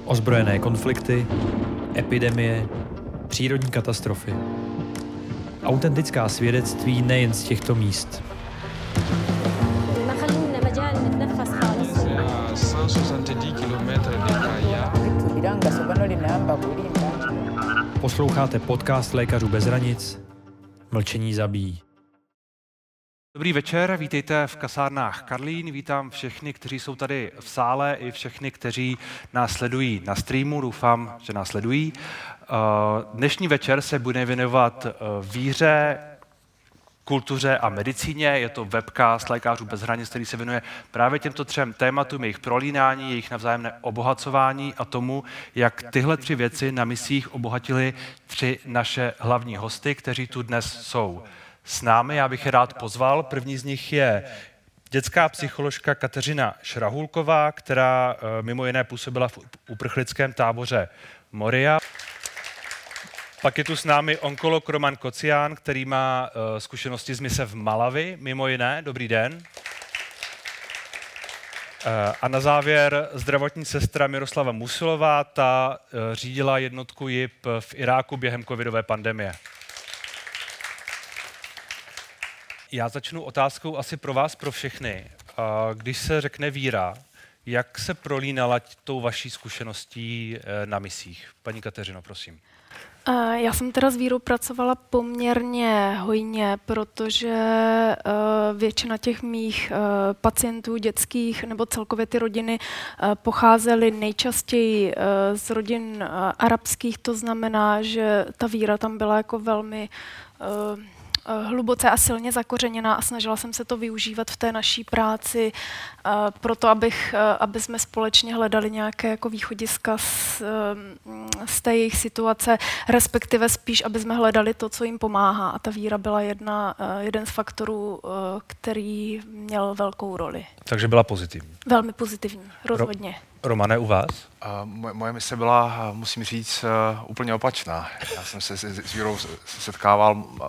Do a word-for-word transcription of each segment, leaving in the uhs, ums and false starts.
Ozbrojené konflikty, epidemie, přírodní katastrofy. Autentická svědectví nejen z těchto míst. Posloucháte podcast Lékařů bez hranic. Mlčení zabíjí. Dobrý večer, vítejte v kasárnách Karlín, vítám všechny, kteří jsou tady v sále i všechny, kteří nás sledují na streamu, doufám, že nás sledují. Dnešní večer se bude věnovat víře, kultuře a medicíně. Je to webcast Lékařů bez hranic, který se věnuje právě těmto třem tématům, jejich prolínání, jejich navzájemné obohacování a tomu, jak tyhle tři věci na misích obohatili tři naše hlavní hosty, kteří tu dnes jsou s námi. Já bych je rád pozval. První z nich je dětská psycholožka Kateřina Šrahulková, která mimo jiné působila v uprchlickém táboře Moria. Pak je tu s námi onkolog Roman Kocián, který má uh, zkušenosti z mise v Malawi, mimo jiné. Dobrý den. Uh, a na závěr zdravotní sestra Miroslava Musilová, ta uh, řídila jednotku J I P v Iráku během covidové pandemie. Já začnu otázkou asi pro vás, pro všechny. Uh, když se řekne víra, jak se prolínala tou vaší zkušeností uh, na misích? Paní Kateřino, prosím. Já jsem teda s vírou pracovala poměrně hojně, protože většina těch mých pacientů dětských nebo celkově ty rodiny pocházely nejčastěji z rodin arabských, to znamená, že ta víra tam byla jako velmi hluboce a silně zakořeněná a snažila jsem se to využívat v té naší práci proto, abych, aby jsme společně hledali nějaké jako východiska z, z té jejich situace, respektive spíš, aby jsme hledali to, co jim pomáhá. A ta víra byla jedna, jeden z faktorů, který měl velkou roli. Takže byla pozitivní. Velmi pozitivní, rozhodně. Ro- Romane, u vás? Uh, moje, moje mise byla, musím říct, uh, úplně opačná. Já jsem se s, s vírou setkával uh,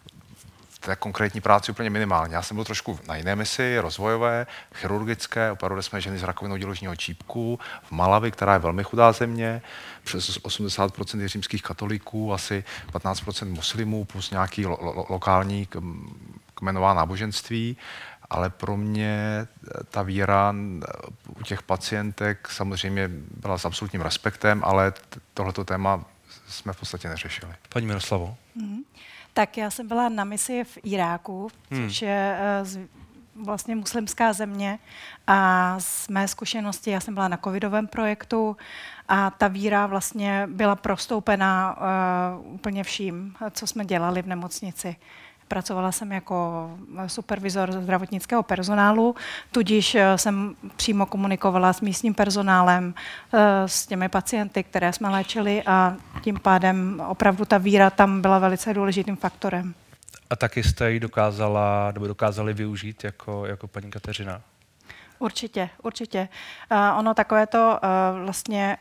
v té konkrétní práci úplně minimálně. Já jsem byl trošku na jiné misi, rozvojové, chirurgické, operovali jsme ženy s rakovinou děložního čípku v Malawi, která je velmi chudá země, přes osmdesát procent římských katolíků, asi patnáct procent muslimů, plus nějaký lo, lo, lokální kmenová náboženství. Ale pro mě ta víra u těch pacientek samozřejmě byla s absolutním respektem, ale tohleto téma jsme v podstatě neřešili. Paní Miroslavo. Mm. Tak já jsem byla na misi v Iráku, hmm. což je uh, vlastně muslimská země, a z mé zkušenosti, já jsem byla na covidovém projektu a ta víra vlastně byla prostoupená uh, úplně vším, co jsme dělali v nemocnici. Pracovala jsem jako supervizor zdravotnického personálu, tudíž jsem přímo komunikovala s místním personálem, s těmi pacienty, které jsme léčili, a tím pádem opravdu ta víra tam byla velice důležitým faktorem. A taky jste ji dokázala, nebo dokázali využít jako, jako paní Kateřina? Určitě, určitě. Uh, ono takové to uh, vlastně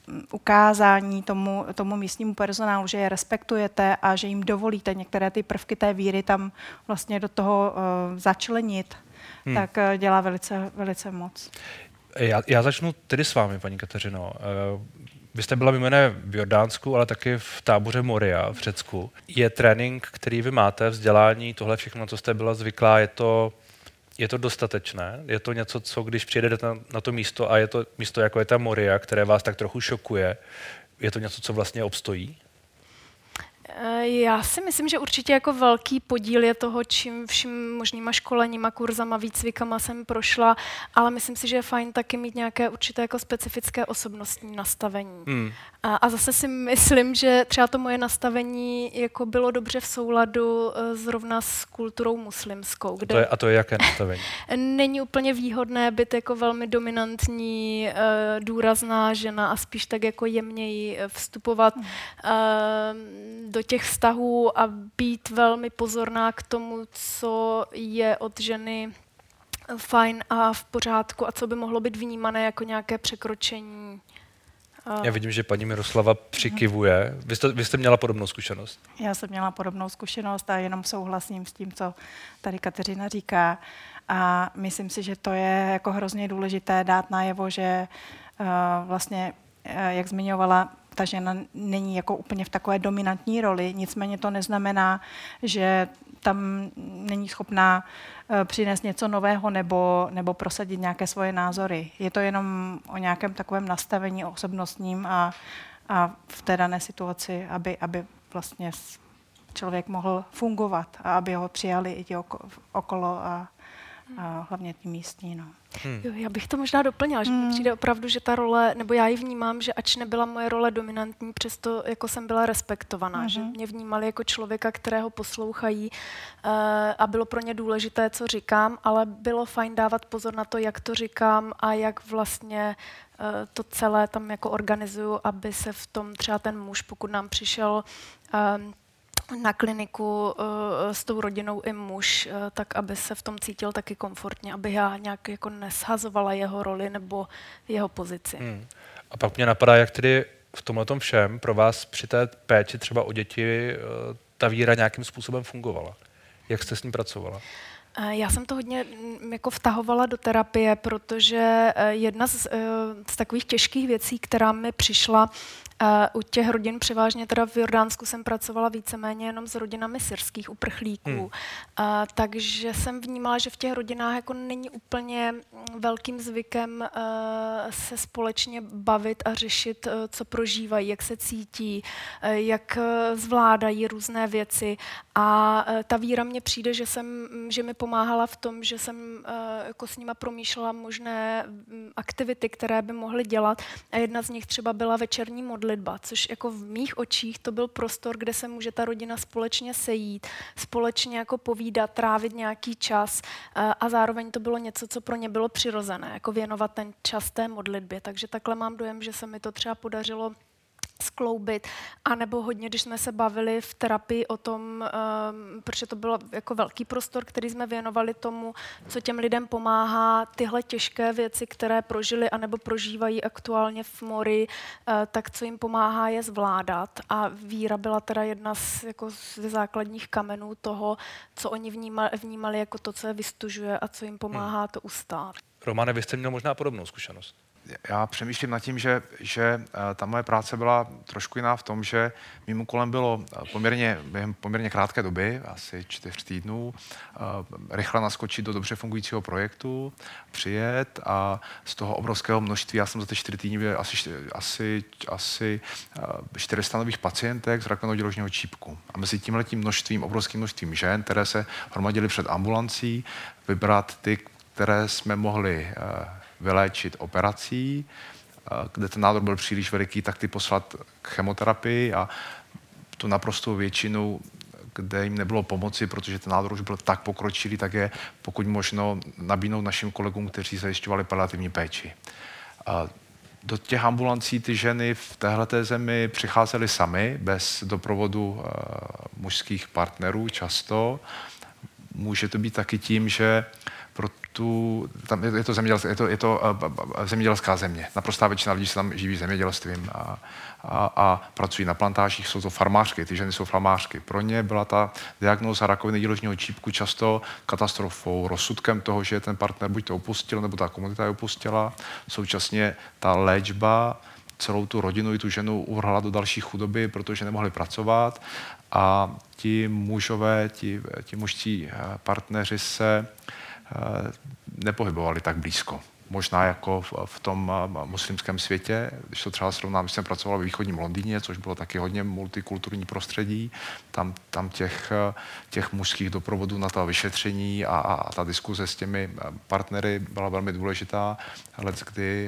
ukázání tomu, tomu místnímu personálu, že je respektujete a že jim dovolíte některé ty prvky té víry tam vlastně do toho uh, začlenit, hmm. tak uh, dělá velice, velice moc. Já, já začnu tedy s vámi, paní Kateřino. Uh, vy jste byla mimo jiné v Jordánsku, ale taky v táboře Moria v Řecku. Je trénink, který vy máte, vzdělání, tohle všechno, co jste byla zvyklá, je to Je to dostatečné? Je to něco, co když přijedete na, na to místo a je to místo, jako je ta Moria, které vás tak trochu šokuje, je to něco, co vlastně obstojí? Já si myslím, že určitě jako velký podíl je toho, čím vším možnýma školeníma, kurzama, výcvikama jsem prošla, ale myslím si, že je fajn taky mít nějaké určité jako specifické osobnostní nastavení. Hmm. A, a zase si myslím, že třeba to moje nastavení jako bylo dobře v souladu zrovna s kulturou muslimskou. Kde to je, a to je jaké nastavení? Není úplně výhodné být jako velmi dominantní, důrazná žena a spíš tak jako jemněji vstupovat hmm. do těch vztahů a být velmi pozorná k tomu, co je od ženy fajn a v pořádku a co by mohlo být vnímané jako nějaké překročení. Já vidím, že paní Miroslava přikivuje. Vy jste, vy jste měla podobnou zkušenost? Já jsem měla podobnou zkušenost a jenom souhlasím s tím, co tady Kateřina říká. A myslím si, že to je jako hrozně důležité dát najevo, že uh, vlastně jak zmiňovala, ta žena není jako úplně v takové dominantní roli, nicméně to neznamená, že tam není schopná přinést něco nového nebo, nebo prosadit nějaké svoje názory. Je to jenom o nějakém takovém nastavení osobnostním a, a v té dané situaci, aby, aby vlastně člověk mohl fungovat a aby ho přijali i ti okolo a, a hlavně ty místní. No. Hmm. Jo, já bych to možná doplnila, že mi hmm. přijde opravdu, že ta role, nebo já ji vnímám, že ač nebyla moje role dominantní, přesto jako jsem byla respektovaná, uh-huh. že mě vnímali jako člověka, kterého poslouchají uh, a bylo pro ně důležité, co říkám, ale bylo fajn dávat pozor na to, jak to říkám a jak vlastně uh, to celé tam jako organizuju, aby se v tom třeba ten muž, pokud nám přišel um, na kliniku uh, s tou rodinou i muž, uh, tak aby se v tom cítil taky komfortně, aby já nějak jako neshazovala jeho roli nebo jeho pozici. Hmm. A pak mě napadá, jak tedy v tomhletom všem pro vás při té péči třeba o děti uh, ta víra nějakým způsobem fungovala. Jak jste s ní pracovala? Já jsem to hodně jako vtahovala do terapie, protože jedna z, z takových těžkých věcí, která mi přišla u těch rodin, převážně teda v Jordánsku jsem pracovala víceméně jenom s rodinami syrských uprchlíků, hmm. a, takže jsem vnímala, že v těch rodinách jako není úplně velkým zvykem a, se společně bavit a řešit, a, co prožívají, jak se cítí, a, jak zvládají různé věci a, a ta víra mně přijde, že, jsem, že mi pomáhala v tom, že jsem a, jako s nima promýšlela možné aktivity, které by mohly dělat a jedna z nich třeba byla večerní modlitba, což jako v mých očích to byl prostor, kde se může ta rodina společně sejít, společně jako povídat, trávit nějaký čas a zároveň to bylo něco, co pro ně bylo přirozené, jako věnovat ten čas té modlitbě. Takže takhle mám dojem, že se mi to třeba podařilo skloubit, anebo hodně, když jsme se bavili v terapii o tom, um, protože to byl jako velký prostor, který jsme věnovali tomu, co těm lidem pomáhá, tyhle těžké věci, které prožili anebo prožívají aktuálně v mori, uh, tak co jim pomáhá je zvládat. A víra byla teda jedna z, jako z základních kamenů toho, co oni vnímali, vnímali jako to, co je vystužuje a co jim pomáhá to ustát. Romane, vy jste měl možná podobnou zkušenost. Já přemýšlím nad tím, že, že ta moje práce byla trošku jiná v tom, že mým úkolem bylo poměrně, během poměrně krátké doby, asi čtyř týdnů, rychle naskočit do dobře fungujícího projektu, přijet a z toho obrovského množství, já jsem za ty čtyři týdny asi, asi, asi čtyři sta nových pacientek z rakovinou děložního čípku. A mezi tímhletím množstvím, obrovským množstvím žen, které se hromadily před ambulancí, vybrat ty, které jsme mohli vyléčit operací, kde ten nádor byl příliš veliký, tak ty poslat k chemoterapii a tu naprostou většinu, kde jim nebylo pomoci, protože ten nádor už byl tak pokročilý, tak je pokud možno nabídnout našim kolegům, kteří zajišťovali paliativní péči. Do těch ambulancí ty ženy v téhleté zemi přicházely samy, bez doprovodu mužských partnerů často. Může to být taky tím, že pro tu, tam je to, zemědělská, je to, je to uh, zemědělská země. Naprostá většina lidí se tam živí zemědělstvím a, a, a pracují na plantážích, jsou to farmářky, ty ženy jsou farmářky. Pro ně byla ta diagnóza rakoviny děložního čípku často katastrofou, rozsudkem toho, že ten partner buď to opustil, nebo ta komunita je opustila. Současně ta léčba celou tu rodinu i tu ženu uvrhla do další chudoby, protože nemohli pracovat a ti mužové, ti, ti mužští partneři se nepohybovali tak blízko. Možná jako v, v tom muslimském světě, když to třeba srovnám, když jsem pracoval ve východním Londýně, což bylo taky hodně multikulturní prostředí, tam, tam těch, těch mužských doprovodů na to vyšetření a, a ta diskuze s těmi partnery byla velmi důležitá, ale kdy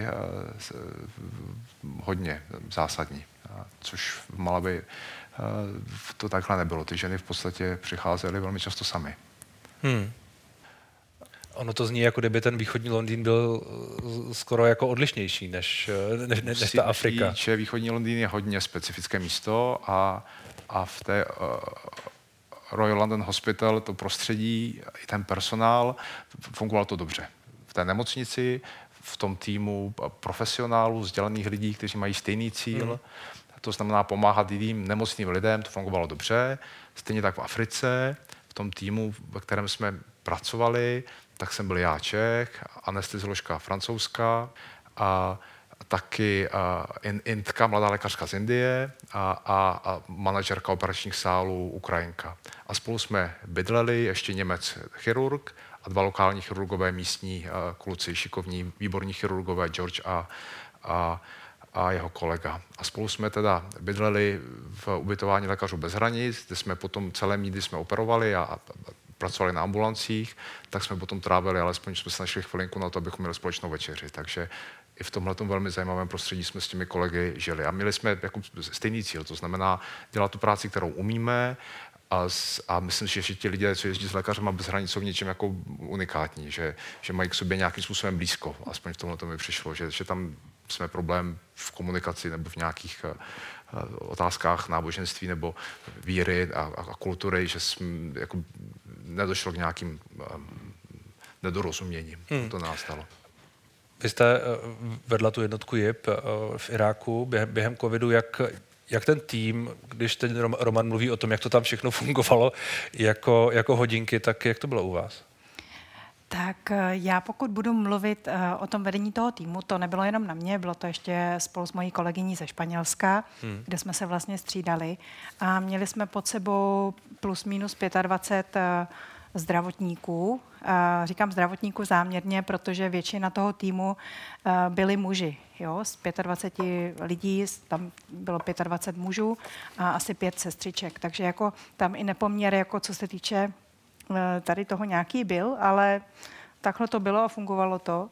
hodně zásadní, což v Malawi to takhle nebylo. Ty ženy v podstatě přicházely velmi často samy. Hmm. Ono to zní, jako kdyby ten východní Londýn byl skoro jako odlišnější než, než, než ta Afrika. Říct, že východní Londýn je hodně specifické místo a, a v té uh, Royal London Hospital to prostředí i ten personál fungovalo to dobře. V té nemocnici, v tom týmu profesionálů, vzdělaných lidí, kteří mají stejný cíl, hmm. to znamená pomáhat jiným nemocným lidem, to fungovalo dobře. Stejně tak v Africe, v tom týmu, ve kterém jsme pracovali, tak jsem byl já Čech, anestezioložka francouzská a taky uh, Indka, mladá lékařka z Indie a, a, a manažerka operačních sálů Ukrajinka. A spolu jsme bydleli, ještě Němec chirurg a dva lokální chirurgové místní uh, kluci, šikovní, výborní chirurgové, George a, a, a jeho kolega. A spolu jsme teda bydleli v ubytování Lékařů bez hranic, kde jsme potom celé mídy jsme operovali a, a pracovali na ambulancích, tak jsme potom trávili, alespoň jsme se našli chvilinku na to, abychom měli společnou večeři. Takže i v tomhletom velmi zajímavém prostředí jsme s těmi kolegy žili. A měli jsme jako stejný cíl, to znamená dělat tu práci, kterou umíme, a, a myslím si, že ti lidé, co jezdí s lékařem bez hranic, jsou v něčem jako unikátní, že, že mají k sobě nějakým způsobem blízko. Aspoň v tomhle mi přišlo, že, že tam jsme problém v komunikaci nebo v nějakých uh, otázkách náboženství nebo víry a, a, a kultury, že jsme, jako, nedošlo k nějakým um, nedorozuměním. Hmm. To nás stalo. Vy jste vedla tu jednotku J I P v Iráku během, během covidu. Jak, jak ten tým, když ten Roman mluví o tom, jak to tam všechno fungovalo jako, jako hodinky, tak jak to bylo u vás? Tak já pokud budu mluvit o tom vedení toho týmu, to nebylo jenom na mě, bylo to ještě spolu s mojí kolegyní ze Španělska, hmm. kde jsme se vlastně střídali a měli jsme pod sebou plus minus dvacet pět zdravotníků. Říkám zdravotníků záměrně, protože většina toho týmu byli muži. Jo? Z dvacet pět lidí tam bylo dvacet pět mužů a asi pět sestřiček. Takže jako tam i nepoměr, jako co se týče tady toho nějaký byl, ale takhle to bylo a fungovalo to.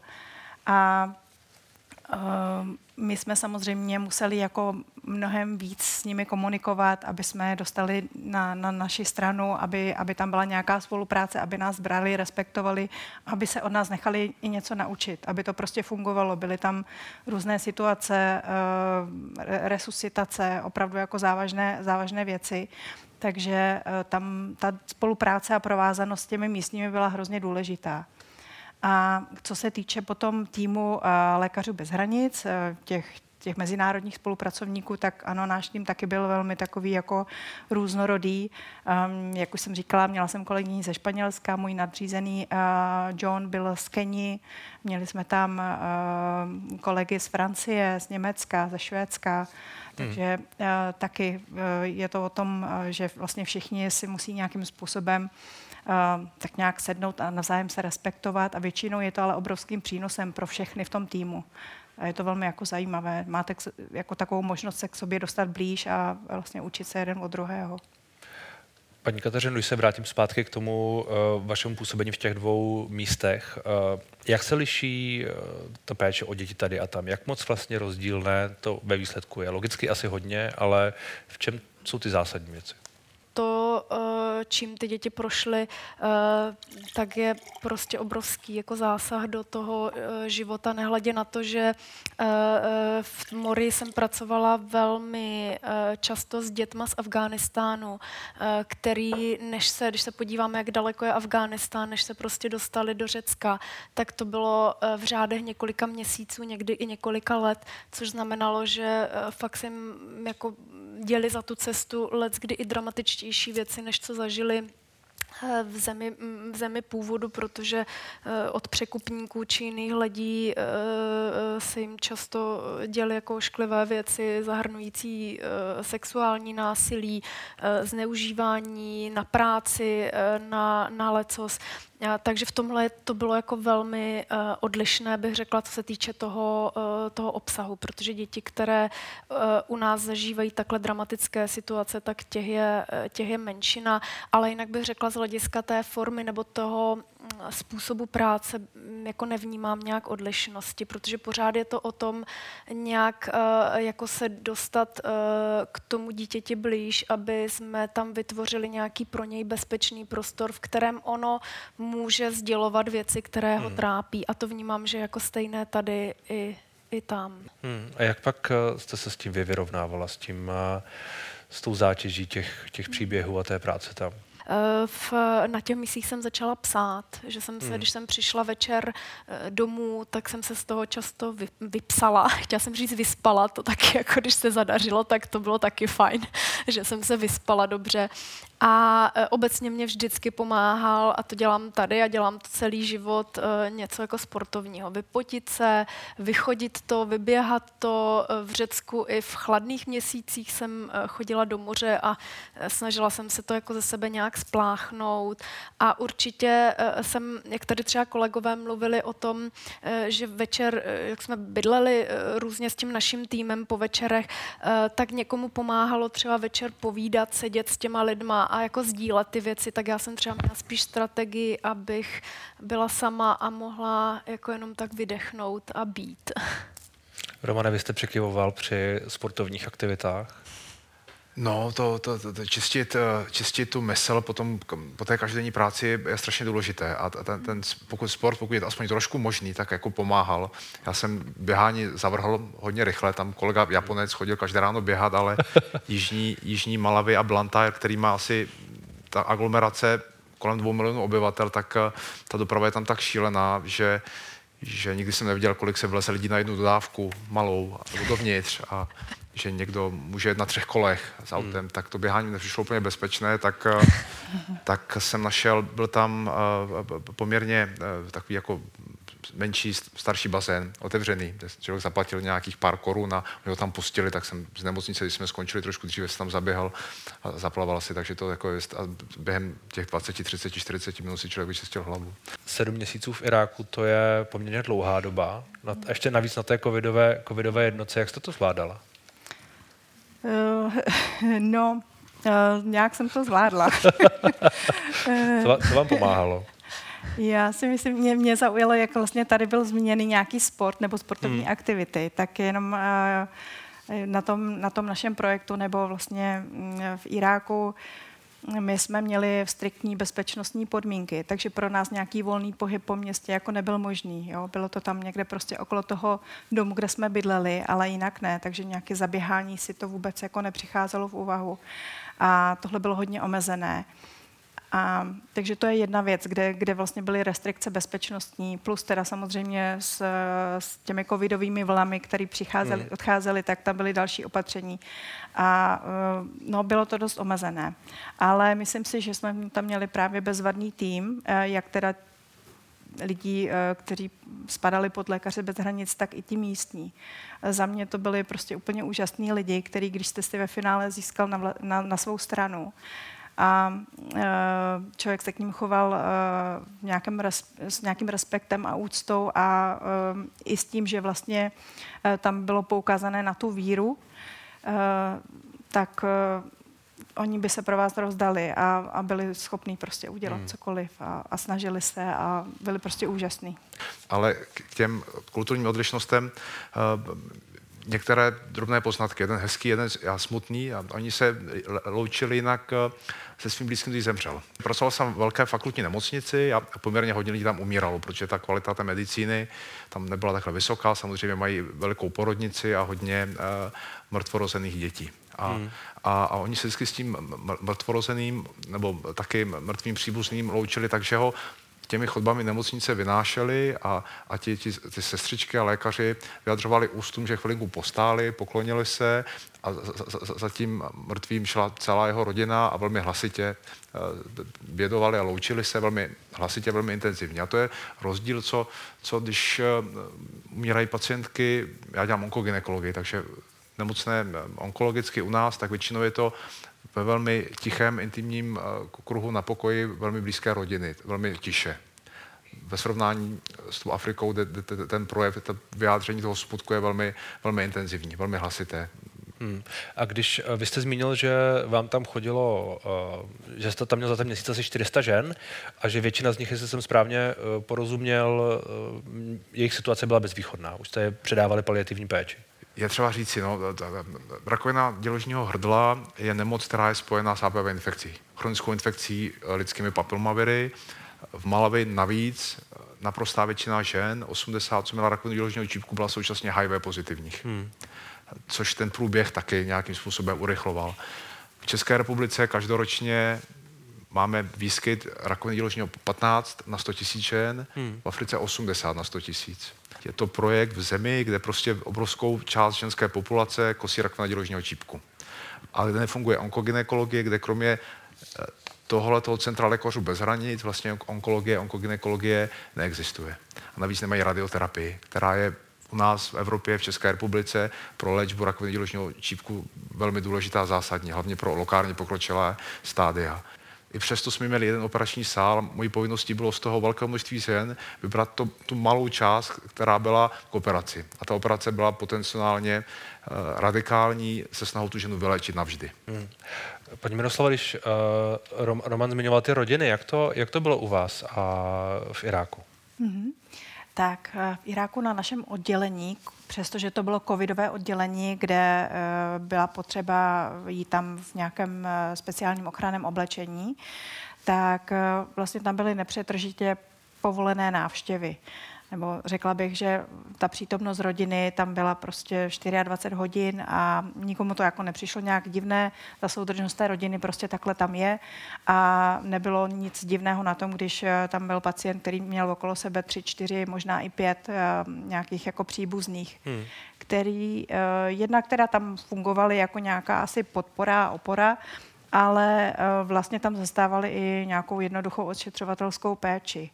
A uh, my jsme samozřejmě museli jako mnohem víc s nimi komunikovat, aby jsme je dostali na, na naši stranu, aby, aby tam byla nějaká spolupráce, aby nás brali, respektovali, aby se od nás nechali i něco naučit, aby to prostě fungovalo. Byly tam různé situace, uh, resuscitace, opravdu jako závažné, závažné věci. Takže uh, tam ta spolupráce a provázanost s těmi místními byla hrozně důležitá. A co se týče potom týmu uh, Lékařů bez hranic, uh, těch, těch mezinárodních spolupracovníků, tak ano, náš tým taky byl velmi takový jako různorodý. Um, jak už jsem říkala, měla jsem kolegyni ze Španělska, můj nadřízený uh, John byl z Keni, měli jsme tam uh, kolegy z Francie, z Německa, ze Švédska, takže uh, taky uh, je to o tom, uh, že vlastně všichni si musí nějakým způsobem Uh, tak nějak sednout a navzájem se respektovat a většinou je to ale obrovským přínosem pro všechny v tom týmu. A je to velmi jako zajímavé. Máte k, jako takovou možnost se k sobě dostat blíž a vlastně učit se jeden od druhého. Paní Kateřino, když se vrátím zpátky k tomu uh, vašemu působení v těch dvou místech, uh, jak se liší uh, ta péče o děti tady a tam? Jak moc vlastně rozdílné to ve výsledku je? Logicky asi hodně, ale v čem jsou ty zásadní věci? To, čím ty děti prošly, tak je prostě obrovský jako zásah do toho života, nehledě na to, že v Morii jsem pracovala velmi často s dětma z Afghánistánu, který, než se, když se podíváme, jak daleko je Afghánistán, než se prostě dostali do Řecka, tak to bylo v řádech několika měsíců, někdy i několika let, což znamenalo, že fakt jsem jako děli za tu cestu leckdy i dramatičtější věci, než co zažili v zemi, v zemi původu, protože od překupníků či jiných lidí se jim často děly jako ošklivé věci zahrnující sexuální násilí, zneužívání na práci, na, na lecos. Takže v tomhle to bylo jako velmi uh, odlišné, bych řekla, co se týče toho, uh, toho obsahu, protože děti, které uh, u nás zažívají takhle dramatické situace, tak těch je, těch je menšina, ale jinak bych řekla z hlediska té formy nebo toho způsobu práce jako nevnímám nějak odlišnosti, protože pořád je to o tom nějak uh, jako se dostat uh, k tomu dítěti blíž, aby jsme tam vytvořili nějaký pro něj bezpečný prostor, v kterém ono může sdělovat věci, které ho hmm. trápí. A to vnímám, že jako stejné tady i, i tam. Hmm. A jak pak jste se s tím vy vyrovnávala, s tím, s tou zátěží těch, těch příběhů a té práce tam? V, na těch misích jsem začala psát, že jsem se, hmm. když jsem přišla večer domů, tak jsem se z toho často vy, vypsala. Chtěla jsem říct vyspala, to taky jako když se zadařilo, tak to bylo taky fajn, že jsem se vyspala dobře. A obecně mě vždycky pomáhal, a to dělám tady a dělám to celý život, něco jako sportovního. Vypotit se, vychodit to, vyběhat to. V Řecku i v chladných měsících jsem chodila do moře a snažila jsem se to jako ze sebe nějak spláchnout. A určitě jsem, jak tady třeba kolegové mluvili o tom, že večer, jak jsme bydleli různě s tím naším týmem po večerech, tak někomu pomáhalo třeba večer povídat, sedět s těma lidma a jako sdílet ty věci, tak já jsem třeba měla spíš strategii, abych byla sama a mohla jako jenom tak vydechnout a být. Romane, vy jste překyvoval při sportovních aktivitách? No, to, to, to, to čistit, čistit tu mysl potom, po té každodenní práci je strašně důležité. A ten, ten, pokud sport, pokud je to aspoň trošku možný, tak jako pomáhal. Já jsem běhání zavrhl hodně rychle, tam kolega Japonec chodil každé ráno běhat, ale jižní, jižní Malawi a Blantyre, který má asi ta aglomerace kolem dvou milionů obyvatel, tak ta doprava je tam tak šílená, že že nikdy jsem neviděl, kolik se vleze lidí na jednu dodávku malou a dovnitř a že někdo může jet na třech kolech s autem, hmm. tak to běhání nepřišlo úplně bezpečné, tak, tak jsem našel, byl tam poměrně takový jako menší, starší bazén, otevřený, kde člověk zaplatil nějakých pár korun a ho tam pustili, tak jsem z nemocnice, když jsme skončili trošku dříve, jsem tam zaběhal a zaplaval si, takže to jako je, a během těch dvacet, třicet, čtyřicet minut si člověk vyčistil hlavu. Sedm měsíců v Iráku, to je poměrně dlouhá doba. A ještě navíc na té covidové, covidové jednotce, jak jste to zvládala? Uh, no, uh, nějak jsem to zvládla. co, co vám pomáhalo? Já si myslím, mě, mě zaujalo, jak vlastně tady byl zmíněný nějaký sport nebo sportovní hmm. aktivity, tak jenom uh, na tom, na tom našem projektu nebo vlastně v Iráku my jsme měli striktní bezpečnostní podmínky, takže pro nás nějaký volný pohyb po městě jako nebyl možný. Jo? Bylo to tam někde prostě okolo toho domu, kde jsme bydleli, ale jinak ne, takže nějaké zaběhání si to vůbec jako nepřicházelo v úvahu. A tohle bylo hodně omezené. A, takže to je jedna věc, kde, kde vlastně byly restrikce bezpečnostní, plus teda samozřejmě s, s těmi covidovými vlnami, které přicházely, hmm. odcházely, tak tam byly další opatření. A no, bylo to dost omezené. Ale myslím si, že jsme tam měli právě bezvadný tým, jak teda lidí, kteří spadali pod Lékaře bez hranic, tak i ti místní. Za mě to byli prostě úplně úžasní lidi, který, když jste si ve finále získal na, vla, na, na svou stranu, a člověk se k ním choval v nějakém res, s nějakým respektem a úctou a i s tím, že vlastně tam bylo poukázané na tu víru, tak oni by se pro vás rozdali a, a byli schopní prostě udělat hmm. cokoliv a, a snažili se a byli prostě úžasní. Ale k těm kulturním odlišnostem některé drobné poznatky, jeden hezký, jeden já smutný a oni se loučili jinak se svým blízkým, když zemřel. Pracoval jsem v velké fakultní nemocnici a poměrně hodně lidí tam umíralo, protože ta kvalita té medicíny tam nebyla takhle vysoká, samozřejmě mají velikou porodnici a hodně uh, mrtvorozených dětí. A, hmm. a, a oni se vždycky s tím mrtvorozeným nebo taky mrtvým příbuzným loučili, takže ho těmi chodbami nemocnice vynášeli a, a ti, ti, ty sestřičky a lékaři vyjadřovali ústům, že chvilinku postáli, poklonili se a za, za, za tím mrtvým šla celá jeho rodina a velmi hlasitě bědovali a loučili se velmi hlasitě, velmi intenzivně. A to je rozdíl, co, co když umírají pacientky, já dělám onkogynekologii, takže nemocné onkologicky u nás, tak většinou je to ve velmi tichém, intimním kruhu na pokoji velmi blízké rodiny, velmi tiše. Ve srovnání s tou Afrikou, kde, kde ten projev, to vyjádření toho smutku je velmi, velmi intenzivní, velmi hlasité. Hmm. A když vy jste zmínil, že vám tam chodilo, že jste tam měl za ten měsíc asi čtyři sta žen a že většina z nich, jestli jsem správně porozuměl, jejich situace byla bezvýchodná. Už jste je předávali paliativní péči. Je třeba říci, no, rakovina děložního hrdla je nemoc, která je spojená s H P V infekcí. Chronickou infekcí lidskými papilomaviry. V Malawi navíc naprostá většina žen, osmdesát, co měla rakovinu děložního čípku, byla současně H I V pozitivních. Hmm. Což ten průběh taky nějakým způsobem urychloval. V České republice každoročně máme výskyt rakoviny děložního patnáct na sto tisíc žen, hmm. v Africe osmdesát na sto tisíc. Je to projekt v zemi, kde prostě obrovskou část ženské populace kosí rakovina děložního čípku. Ale kde nefunguje onkogynekologie, kde kromě Tohle toho centra lékařů bez hranic, vlastně onkologie, onkogynekologie neexistuje. A navíc nemají radioterapii, která je u nás v Evropě, v České republice pro léčbu rakoviny děložního čípku velmi důležitá, zásadní, hlavně pro lokálně pokročilé stádia. I přesto jsme měli jeden operační sál, mojí povinností bylo z toho velkého množství žen vybrat to, tu malou část, která byla k operaci. A ta operace byla potenciálně uh, radikální, se snahou tu ženu vyléčit navždy. Hmm. Paní Miroslava, když uh, Rom, Roman zmiňoval ty rodiny, jak to, jak to bylo u vás a v Iráku? Mm-hmm. Tak v Iráku na našem oddělení, přestože to bylo covidové oddělení, kde byla potřeba jít tam v nějakém speciálním ochranném oblečení, tak vlastně tam byly nepřetržitě povolené návštěvy. Nebo řekla bych, že ta přítomnost rodiny tam byla prostě dvacet čtyři hodin a nikomu to jako nepřišlo nějak divné. Ta soudržnost té rodiny prostě takhle tam je a nebylo nic divného na tom, když tam byl pacient, který měl okolo sebe tři, čtyři, možná i pět nějakých jako příbuzných, hmm. který jedna, která tam fungovaly jako nějaká asi podpora a opora, ale vlastně tam zastávali i nějakou jednoduchou odšetřovatelskou péči.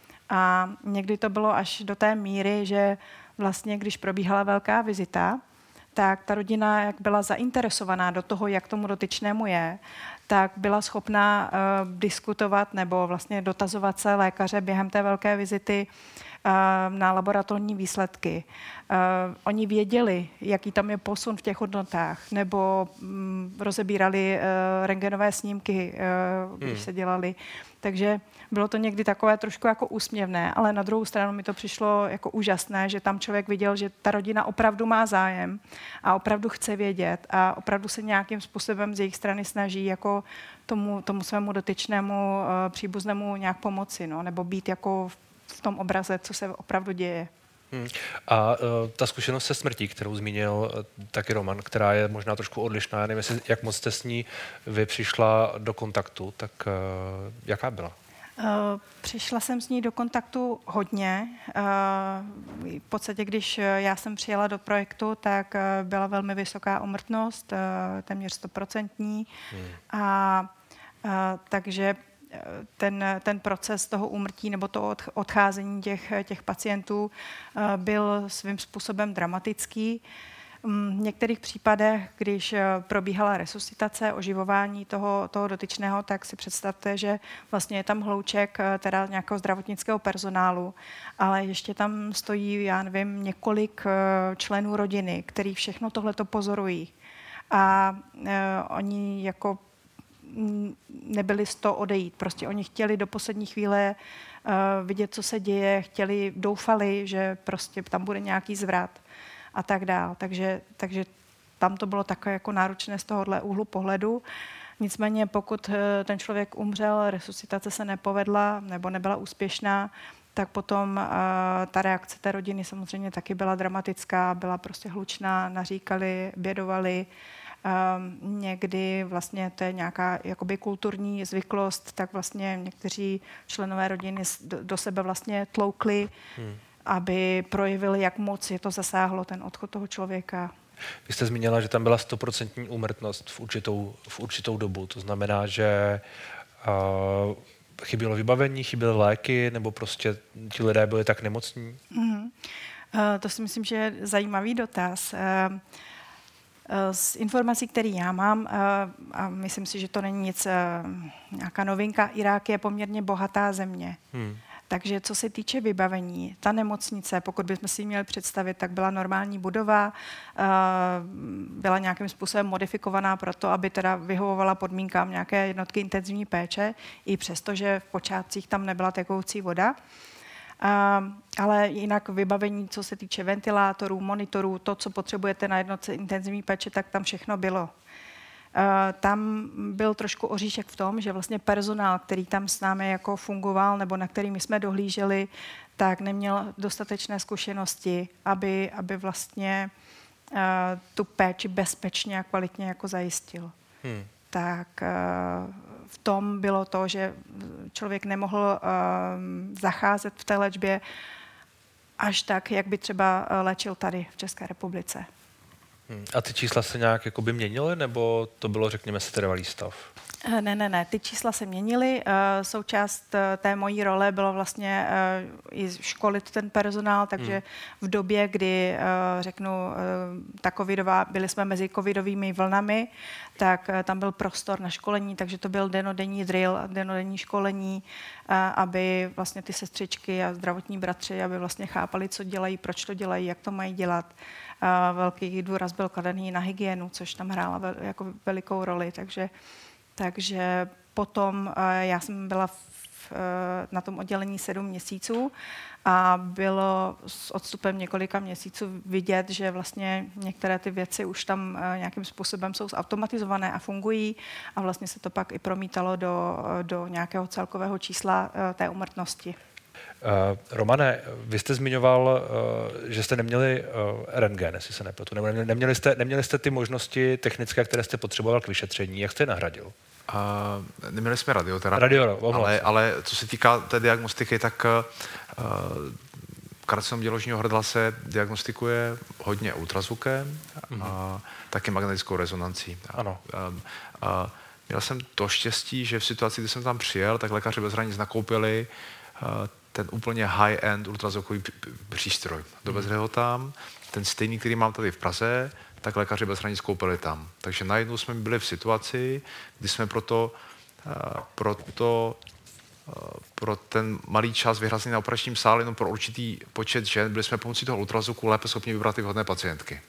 A někdy to bylo až do té míry, že vlastně, když probíhala velká vizita, tak ta rodina, jak byla zainteresovaná do toho, jak tomu dotyčnému je, tak byla schopná uh, diskutovat nebo vlastně dotazovat se lékaře během té velké vizity uh, na laboratorní výsledky. Uh, oni věděli, jaký tam je posun v těch hodnotách, nebo um, rozebírali uh, rentgenové snímky, uh, když hmm. se dělali. Takže bylo to někdy takové trošku jako úsměvné, ale na druhou stranu mi to přišlo jako úžasné, že tam člověk viděl, že ta rodina opravdu má zájem a opravdu chce vědět a opravdu se nějakým způsobem z jejich strany snaží jako tomu, tomu svému dotyčnému uh, příbuznému nějak pomoci, no, nebo být jako v, v tom obraze, co se opravdu děje. Hmm. A uh, ta zkušenost se smrtí, kterou zmínil uh, taky Roman, která je možná trošku odlišná, nevím, jestli, jak moc jste s ní vy přišla do kontaktu, tak uh, jaká byla? Uh, přišla jsem s ní do kontaktu hodně. Uh, v podstatě, když já jsem přijela do projektu, tak uh, byla velmi vysoká úmrtnost, uh, téměř stoprocentní. Hmm. A uh, takže ten, ten proces toho úmrtí nebo to odcházení těch, těch pacientů uh, byl svým způsobem dramatický. V některých případech, když probíhala resuscitace, oživování toho, toho dotyčného, tak si představte, že vlastně je tam hlouček teda nějakého zdravotnického personálu, ale ještě tam stojí, já nevím, několik členů rodiny, který všechno tohleto pozorují. A uh, oni jako nebyli z toho odejít. Prostě oni chtěli do poslední chvíle uh, vidět, co se děje, chtěli, doufali, že prostě tam bude nějaký zvrat a tak dál. Takže, takže tam to bylo takové jako náročné z tohohle úhlu pohledu. Nicméně pokud ten člověk umřel, resuscitace se nepovedla nebo nebyla úspěšná, tak potom uh, ta reakce té rodiny samozřejmě taky byla dramatická, byla prostě hlučná, naříkali, bědovali. Um, někdy vlastně to je nějaká jakoby kulturní zvyklost, tak vlastně někteří členové rodiny do, do sebe vlastně tloukli, hmm. aby projevili, jak moc je to zasáhlo, ten odchod toho člověka. Vy jste zmínila, že tam byla stoprocentní úmrtnost v určitou, v určitou dobu. To znamená, že uh, chybělo vybavení, chyběly léky, nebo prostě ti lidé byli tak nemocní? Mm-hmm. Uh, to si myslím, že je zajímavý dotaz. Uh, Z informací, které já mám, a myslím si, že to není nic, nějaká novinka, Irák je poměrně bohatá země. Hmm. Takže co se týče vybavení, ta nemocnice, pokud bychom si ji měli představit, tak byla normální budova, byla nějakým způsobem modifikovaná pro to, aby teda vyhovovala podmínkám nějaké jednotky intenzivní péče, i přesto, že v počátcích tam nebyla tekoucí voda. Uh, ale jinak vybavení, co se týče ventilátorů, monitorů, to, co potřebujete na jednotce intenzivní péče, tak tam všechno bylo. Uh, tam byl trošku oříšek v tom, že vlastně personál, který tam s námi jako fungoval nebo na který my jsme dohlíželi, tak neměl dostatečné zkušenosti, aby, aby vlastně uh, tu péči bezpečně a kvalitně jako zajistil. Hmm. Tak uh, v tom bylo to, že člověk nemohl uh, zacházet v té léčbě až tak, jak by třeba léčil tady v České republice. Hmm. A ty čísla se nějak jakoby měnily, nebo to bylo, řekněme, setrvalý stav? Ne, ne, ne, ty čísla se měnily. Součást té mojí role bylo vlastně i školit ten personál, takže hmm. v době, kdy, řeknu, ta covidová, byli jsme mezi covidovými vlnami, tak tam byl prostor na školení, takže to byl denodenní drill, denodenní školení, aby vlastně ty sestřičky a zdravotní bratři, aby vlastně chápali, co dělají, proč to dělají, jak to mají dělat. Velký důraz byl kladený na hygienu, což tam hrála jako velikou roli, takže Takže potom já jsem byla v, na tom oddělení sedm měsíců a bylo s odstupem několika měsíců vidět, že vlastně některé ty věci už tam nějakým způsobem jsou zautomatizované a fungují a vlastně se to pak i promítalo do, do nějakého celkového čísla té úmrtnosti. Uh, Romane, vy jste zmiňoval, uh, že jste neměli uh, rentgen, jestli se nepletu, nebo ne, neměli, jste, neměli jste ty možnosti technické, které jste potřeboval k vyšetření. Jak jste je nahradil? Uh, neměli jsme radioterapii, Radio, ale, ale co se týká té diagnostiky, tak uh, karcinom děložního hrdla se diagnostikuje hodně ultrazvukem mm-hmm. a taky magnetickou rezonancí. Ano. Uh, uh, měl jsem to štěstí, že v situaci, kdy jsem tam přijel, tak lékaři bez hranic nakoupili uh, ten úplně high-end ultrazvukový přístroj. Dovezli ho tam, ten stejný, který mám tady v Praze, tak lékaři bez hranic koupili tam. Takže najednou jsme byli v situaci, kdy jsme proto, uh, proto uh, pro ten malý čas vyhrazený na operačním sále jenom pro určitý počet žen, byli jsme pomocí toho ultrazvuku lépe schopni vybrat ty vhodné pacientky.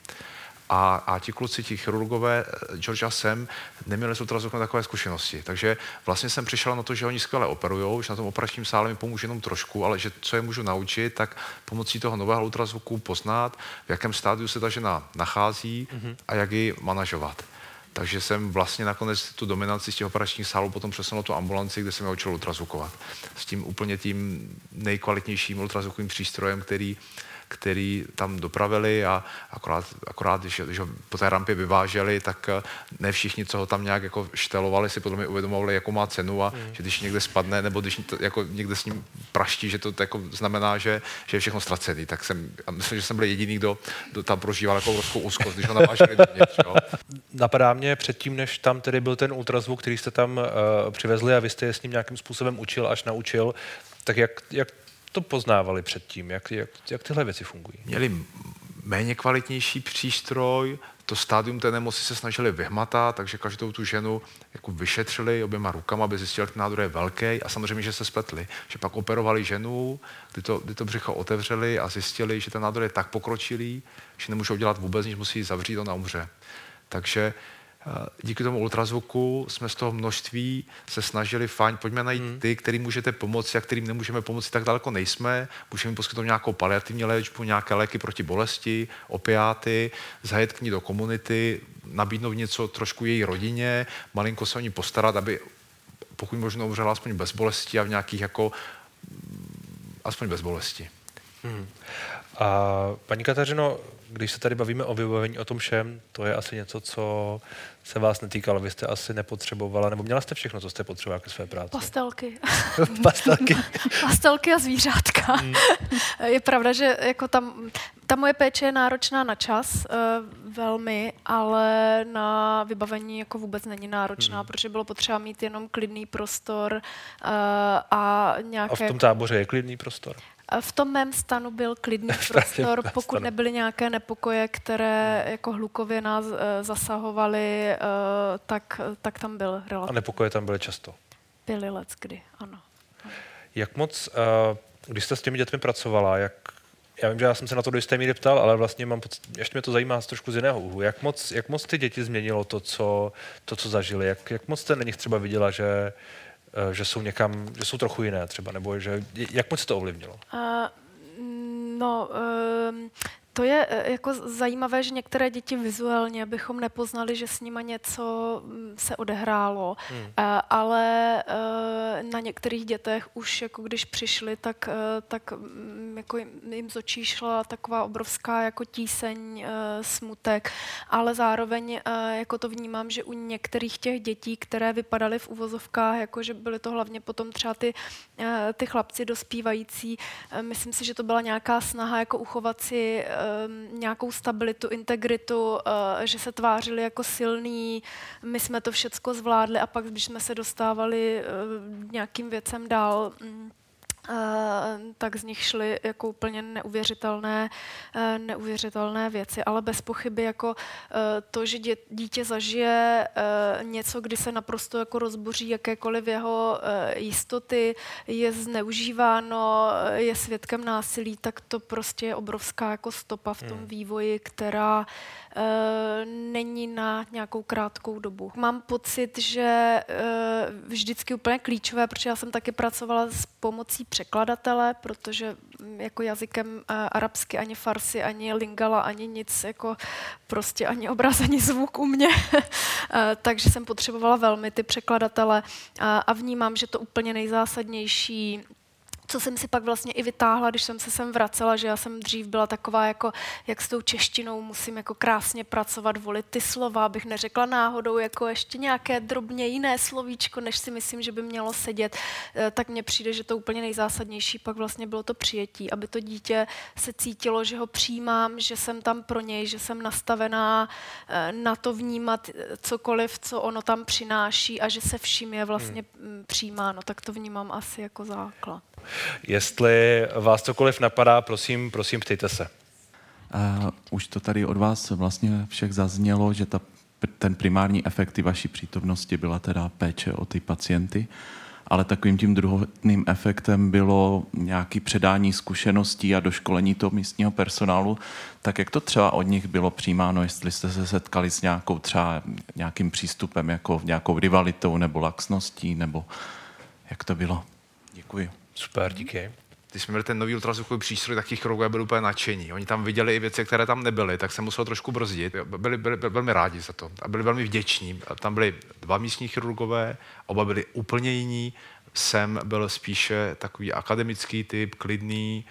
A, a ti kluci, ti chirurgové, George a Sam, neměli s ultrazvukem takové zkušenosti. Takže vlastně jsem přišel na to, že oni skvěle operujou, že na tom operačním sále mi pomůže jenom trošku, ale že co je můžu naučit, tak pomocí toho nového ultrazvuku poznat, v jakém stádiu se ta žena nachází mm-hmm. a jak ji manažovat. Takže jsem vlastně nakonec tu dominanci z těch operačních sálů potom přesunul tu ambulanci, kde jsem je učil ultrazvukovat. S tím úplně tím nejkvalitnějším ultrazvukovým přístrojem, který který tam dopravili a akorát, akorát když, když ho po té rampě vyváželi, tak ne všichni, co ho tam nějak jako štelovali, si podle mě uvědomovali, jakou má cenu a mm. že když někde spadne, nebo když to, jako někde s ním praští, že to jako znamená, že, že je všechno ztracený. Tak jsem, a myslím, že jsem byl jediný, kdo, kdo tam prožíval jako obrovskou úzkost, když ho naváželi dovnitř. Napadá mě předtím, než tam tedy byl ten ultrazvuk, který jste tam uh, přivezli a vy jste je s ním nějakým způsobem učil, až naučil, tak jak, jak to poznávali předtím? Jak, jak, jak tyhle věci fungují? Měli méně kvalitnější přístroj, to stádium té nemoci se snažili vyhmatat, takže každou tu ženu jako vyšetřili oběma rukama, aby zjistili, že ten nádor je velký a samozřejmě, že se spletli. Že pak operovali ženu, kdy to, kdy to břicho otevřeli a zjistili, že ten nádor je tak pokročilý, že nemůžou dělat vůbec nic, musí zavřít, ona umře. Takže díky tomu ultrazvuku jsme z toho množství se snažili, fajn, pojďme najít hmm. ty, kterým můžete pomoci a kterým nemůžeme pomoci, tak daleko nejsme. Můžeme jim poskytnout nějakou paliativní léčbu, nějaké léky proti bolesti, opiáty, zajet k ní do komunity, nabídnout něco trošku její rodině, malinko se o ní postarat, aby pokud možno umřela aspoň bez bolesti a v nějakých jako aspoň bez bolesti. Hmm. A paní Kateřino, když se tady bavíme o vybavení, o tom všem, to je asi něco, co se vás netýkalo. Vy jste asi nepotřebovala, nebo měla jste všechno, co jste potřebovala ke své práci? Pastelky. Pastelky. Pastelky a zvířátka. Hmm. Je pravda, že jako tam, ta moje péče je náročná na čas, uh, velmi, ale na vybavení jako vůbec není náročná, hmm. protože bylo potřeba mít jenom klidný prostor uh, a nějaké... A v tom táboře je klidný prostor? V tom mém stanu byl klidný prostor, pokud nebyly nějaké nepokoje, které jako hlukově nás uh, zasahovaly, uh, tak, tak tam byl relativně. A nepokoje tam byly často? Byly leckdy, ano. Jak moc, uh, když jste s těmi dětmi pracovala, jak, já vím, že já jsem se na to do jisté míry ptal, ale vlastně mám pocit, ještě mě to zajímá z trošku z jiného úhlu. Jak moc, jak moc ty děti změnilo to, co, to, co zažili? Jak, jak moc jste na nich třeba viděla, že že jsou někam, že jsou trochu jiné třeba, nebo že, jak moc to ovlivnilo? Uh, no, uh, to je jako zajímavé, že některé děti vizuálně bychom nepoznali, že s nima něco se odehrálo, hmm. uh, ale uh, na některých dětech už jako když přišli, tak, uh, tak um, jako jim z očí šla taková obrovská jako tíseň, uh, smutek, ale zároveň uh, jako to vnímám, že u některých těch dětí, které vypadaly v uvozovkách, jako že byly to hlavně potom třeba ty, uh, ty chlapci dospívající, uh, myslím si, že to byla nějaká snaha jako uchovat si um, nějakou stabilitu, integritu, uh, že se tvářili jako silní, my jsme to všecko zvládli a pak, když jsme se dostávali uh, nějakým věcem dál, um, Uh, tak z nich šly jako úplně neuvěřitelné, uh, neuvěřitelné věci, ale bez pochyby jako uh, to, že dě, dítě zažije uh, něco, kdy se naprosto jako rozboří jakékoliv jeho uh, jistoty, je zneužíváno, je svědkem násilí, tak to prostě je obrovská jako stopa v tom hmm. vývoji, která uh, není na nějakou krátkou dobu. Mám pocit, že uh, vždycky úplně klíčové, protože já jsem taky pracovala s pomocí překladatele, protože jako jazykem uh, arabsky ani farsi, ani lingala, ani nic, jako prostě ani obraz, ani zvuk u mě. uh, takže jsem potřebovala velmi ty překladatele uh, a vnímám, že to úplně nejzásadnější, co jsem si pak vlastně i vytáhla, když jsem se sem vracela, že já jsem dřív byla taková, jako, jak s tou češtinou musím jako krásně pracovat, volit ty slova, abych neřekla náhodou jako ještě nějaké drobně jiné slovíčko, než si myslím, že by mělo sedět, tak mně přijde, že to úplně nejzásadnější pak vlastně bylo to přijetí, aby to dítě se cítilo, že ho přijímám, že jsem tam pro něj, že jsem nastavená na to vnímat cokoliv, co ono tam přináší a že se vším je vlastně hmm. přijímáno, tak to vnímám asi jako základ. Jestli vás cokoliv napadá, prosím, prosím, ptejte se. Uh, už to tady od vás vlastně všech zaznělo, že ta, ten primární efekt i vaší přítomnosti byla teda péče o ty pacienty, ale takovým tím druhotným efektem bylo nějaké předání zkušeností a doškolení toho místního personálu. Tak jak to třeba od nich bylo přijímáno, jestli jste se setkali s nějakou třeba nějakým přístupem, jako nějakou rivalitou nebo laxností, nebo jak to bylo? Děkuji. Super, díky. Když jsme měli ten nový ultrazvukový přístroj, tak těch chirurgové byli úplně nadšení. Oni tam viděli i věci, které tam nebyly, tak se muselo trošku brzdit. Byli, byli, byli velmi rádi za to a byli velmi vděční. A tam byli dva místní chirurgové, oba byli úplně jiní. Jsem byl spíše takový akademický typ, klidný,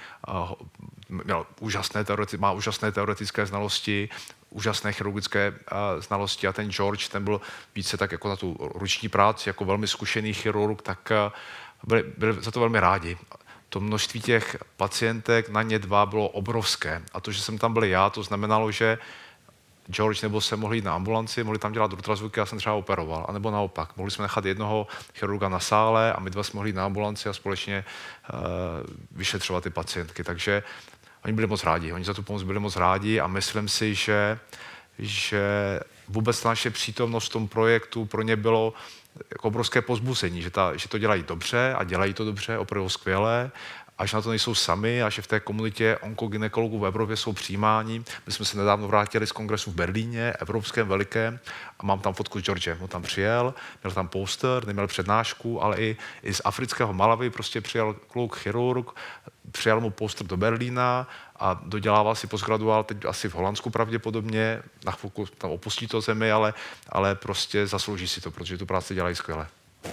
měl úžasné teoreti- má úžasné teoretické znalosti, úžasné chirurgické uh, znalosti a ten George, ten byl více tak jako na tu ruční práci, jako velmi zkušený chirurg, tak uh, byli, byli za to velmi rádi. To množství těch pacientek na ně dva bylo obrovské. A to, že jsem tam byl já, to znamenalo, že George nebo se mohli jít na ambulanci, mohli tam dělat ultrazvuky, já jsem třeba operoval. A nebo naopak, mohli jsme nechat jednoho chirurga na sále a my dva jsme mohli jít na ambulanci a společně uh, vyšetřovat ty pacientky. Takže oni byli moc rádi, oni za tu pomoc byli moc rádi a myslím si, že, že vůbec ta naše přítomnost v tom projektu pro ně bylo jako obrovské pozbuzení, že, ta, že to dělají dobře a dělají to dobře, opravdu skvěle a že na to nejsou sami a že v té komunitě onkogynekologů v Evropě jsou přijímáni. My jsme se nedávno vrátili z kongresu v Berlíně, evropském, velikém, a mám tam fotku s Georgem. On tam přijel, měl tam poster, neměl přednášku, ale i, i z afrického Malawi prostě přijel kluk, chirurg, přijal mu poster do Berlína a dodělával si postgraduál, teď asi v Holandsku pravděpodobně, na chvilku tam opustí to zemi, ale, ale prostě zaslouží si to, protože tu práci dělají skvěle.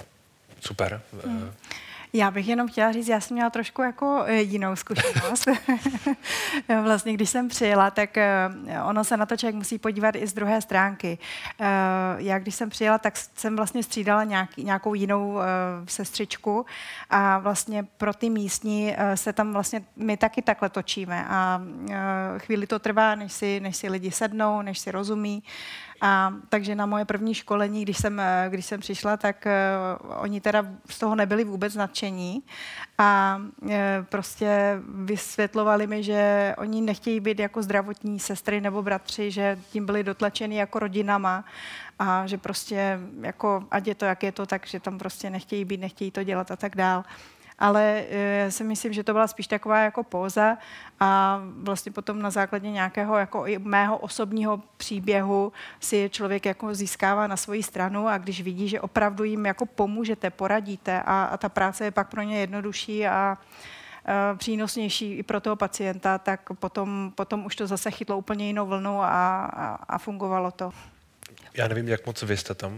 Super. Hmm. Já bych jenom chtěla říct, já jsem měla trošku jako jinou zkušenost. Vlastně, když jsem přijela, tak ono se na to člověk musí podívat i z druhé stránky. Já, když jsem přijela, tak jsem vlastně střídala nějaký, nějakou jinou sestřičku a vlastně pro ty místní se tam vlastně my taky takhle točíme a chvíli to trvá, než si, než si lidi sednou, než si rozumí. A takže na moje první školení, když jsem, když jsem přišla, tak uh, oni teda z toho nebyli vůbec nadšení a uh, prostě vysvětlovali mi, že oni nechtějí být jako zdravotní sestry nebo bratři, že tím byli dotlačeni jako rodinama a že prostě jako, ať je to, jak je to, takže tam prostě nechtějí být, nechtějí to dělat a tak dál. Ale já si myslím, že to byla spíš taková jako póza a vlastně potom na základě nějakého jako i mého osobního příběhu si člověk jako získává na svoji stranu a když vidí, že opravdu jim jako pomůžete, poradíte a, a ta práce je pak pro ně jednodušší a, a přínosnější i pro toho pacienta, tak potom, potom už to zase chytlo úplně jinou vlnu a, a, a fungovalo to. Já nevím, jak moc vy jste tam.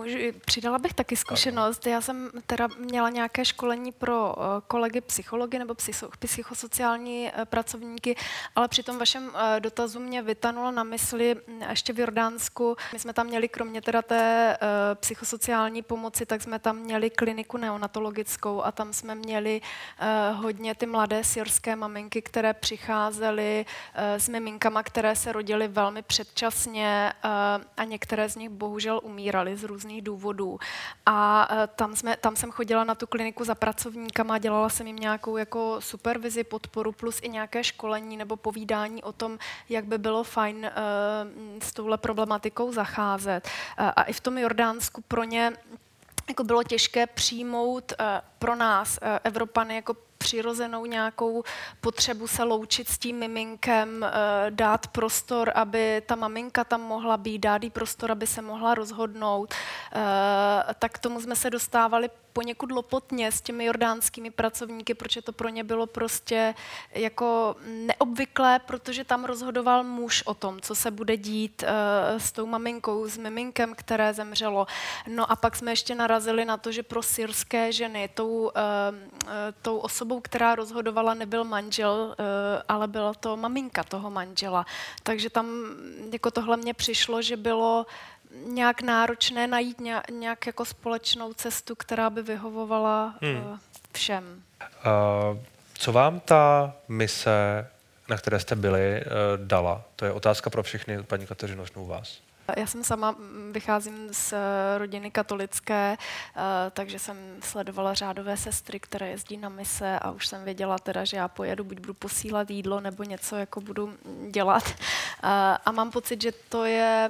můžu, přidala bych taky zkušenost. Já jsem teda měla nějaké školení pro uh, kolegy psychology nebo psycho, psychosociální uh, pracovníky, ale při tom vašem uh, dotazu mě vytanulo na mysli m, ještě v Jordánsku. My jsme tam měli kromě teda té uh, psychosociální pomoci, tak jsme tam měli kliniku neonatologickou a tam jsme měli uh, hodně ty mladé syrské maminky, které přicházely uh, s miminkama, které se rodily velmi předčasně uh, a některé z nich bohužel umíraly z různých důvodů. A uh, tam, jsme, tam jsem chodila na tu kliniku za pracovníkama, dělala jsem jim nějakou jako supervizi, podporu plus i nějaké školení nebo povídání o tom, jak by bylo fajn uh, s touhle problematikou zacházet. Uh, a i v tom Jordánsku pro ně jako bylo těžké přijmout uh, pro nás, uh, Evropany, jako přirozenou nějakou potřebu se loučit s tím miminkem, dát prostor, aby ta maminka tam mohla být, dát jí prostor, aby se mohla rozhodnout. Tak k tomu jsme se dostávali poněkud lopotně s těmi jordánskými pracovníky, protože to pro ně bylo prostě jako neobvyklé, protože tam rozhodoval muž o tom, co se bude dít s tou maminkou, s miminkem, které zemřelo. No a pak jsme ještě narazili na to, že pro syrské ženy tou, tou osobou, která rozhodovala, nebyl manžel, ale byla to maminka toho manžela. Takže tam jako tohle mně přišlo, že bylo nějak náročné najít nějak jako společnou cestu, která by vyhovovala hmm. všem. Uh, co vám ta mise, na které jste byli, uh, dala? To je otázka pro všechny, paní Kateřino, u vás. Já jsem sama, vycházím z rodiny katolické, takže jsem sledovala řádové sestry, které jezdí na mise a už jsem věděla teda, že já pojedu, buď budu posílat jídlo, nebo něco jako budu dělat. A mám pocit, že to je...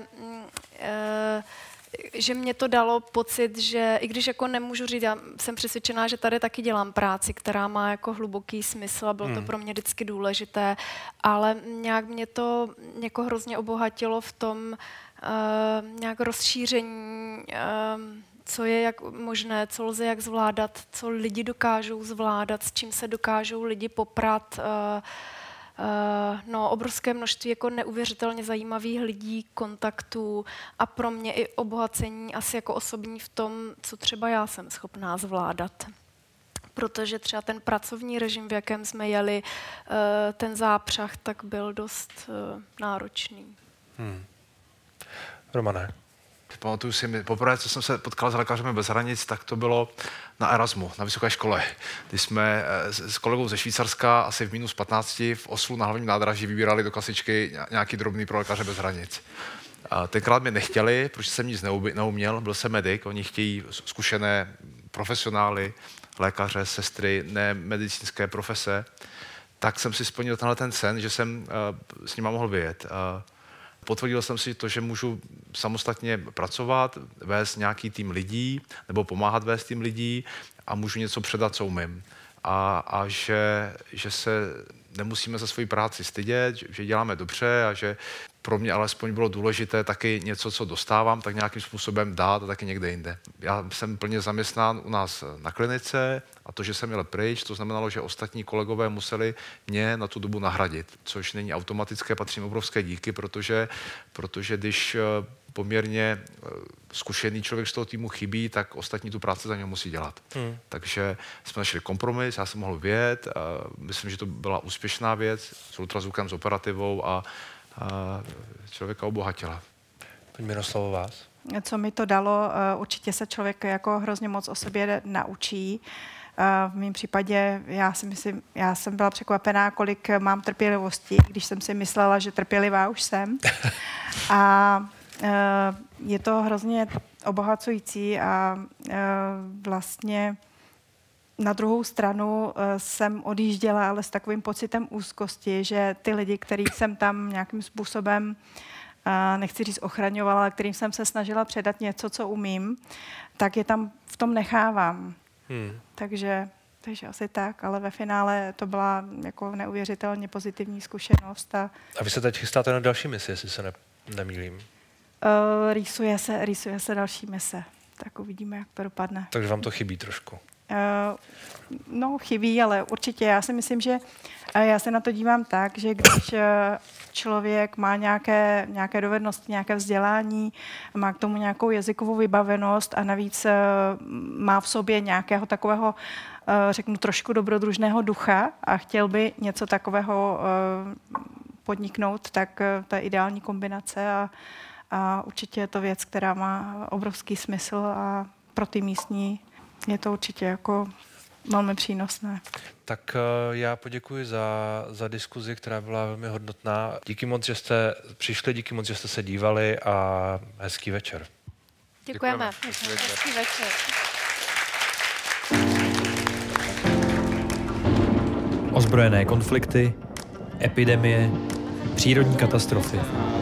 že mě to dalo pocit, že i když jako nemůžu říct, já jsem přesvědčená, že tady taky dělám práci, která má jako hluboký smysl a bylo hmm. to pro mě vždycky důležité, ale nějak mě to jako hrozně obohatilo v tom uh, nějak rozšíření, uh, co je jak možné, co lze jak zvládat, co lidi dokážou zvládat, s čím se dokážou lidi poprat, uh, Uh, no, obrovské množství jako neuvěřitelně zajímavých lidí, kontaktů a pro mě i obohacení asi jako osobní v tom, co třeba já jsem schopná zvládat. Protože třeba ten pracovní režim, v jakém jsme jeli, uh, ten zápřah, tak byl dost uh, náročný. Hmm. Romane? Pamatuju si, poprvé, co jsem se potkal s Lékařemi bez hranic, tak to bylo na Erasmu, na vysoké škole, kdy jsme s kolegou ze Švýcarska asi v minus patnácti v Oslu na hlavním nádraží vybírali do kasičky nějaký drobný pro Lékaře bez hranic. A tenkrát mě nechtěli, protože jsem nic neuměl, byl jsem medic, oni chtějí zkušené profesionály, lékaře, sestry, ne medicínské profese, tak jsem si splnil tenhle ten sen, že jsem uh, s nima mohl vyjet. Uh, Potvrdil jsem si to, že můžu samostatně pracovat, vést nějaký tým lidí nebo pomáhat vést tým lidí a můžu něco předat, co umím. A, a že, že se nemusíme za svoji práci stydět, že děláme dobře a že pro mě alespoň bylo důležité taky něco, co dostávám, tak nějakým způsobem dát a taky někde jinde. Já jsem plně zaměstnán u nás na klinice a to, že jsem jel pryč, to znamenalo, že ostatní kolegové museli mě na tu dobu nahradit, což není automatické, patřím obrovské díky, protože, protože když poměrně zkušený člověk z toho týmu chybí, tak ostatní tu práci za něho musí dělat. Hmm. Takže jsme našli kompromis, já jsem mohl vyjet, myslím, že to byla úspěšná věc s ultrazvukem, s operativou a a člověka obohatila. Paní Miroslavo, vás? Co mi to dalo, určitě se člověk jako hrozně moc o sobě naučí. V mém případě já si myslím, já jsem byla překvapená, kolik mám trpělivosti, když jsem si myslela, že trpělivá už jsem. A je to hrozně obohacující a vlastně na druhou stranu uh, jsem odjížděla, ale s takovým pocitem úzkosti, že ty lidi, který jsem tam nějakým způsobem, uh, nechci říct ochraňovala, ale kterým jsem se snažila předat něco, co umím, tak je tam v tom nechávám. Hmm. Takže, takže asi tak, ale ve finále to byla jako neuvěřitelně pozitivní zkušenost. A, a vy se teď chystáte na další misi, jestli se ne, nemýlím? Uh, rýsuje se, rýsuje se další mise, tak uvidíme, jak to dopadne. Takže vám to chybí trošku? no, chybí, ale určitě já si myslím, že já se na to dívám tak, že když člověk má nějaké, nějaké dovednosti, nějaké vzdělání, má k tomu nějakou jazykovou vybavenost a navíc má v sobě nějakého takového, řeknu, trošku dobrodružného ducha a chtěl by něco takového podniknout, tak to je ideální kombinace a, a určitě je to věc, která má obrovský smysl a pro ty místní je to určitě jako velmi přínosné. Tak já poděkuji za, za diskuzi, která byla velmi hodnotná. Díky moc, že jste přišli, díky moc, že jste se dívali a hezký večer. Děkujeme. Děkujeme. Hezký večer. Ozbrojené konflikty, epidemie, přírodní katastrofy.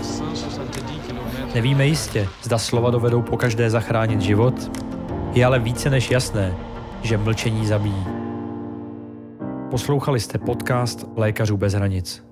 Nevíme jistě, zda slova dovedou pokaždé zachránit život, je ale více než jasné, že mlčení zabíjí. Poslouchali jste podcast Lékařů bez hranic.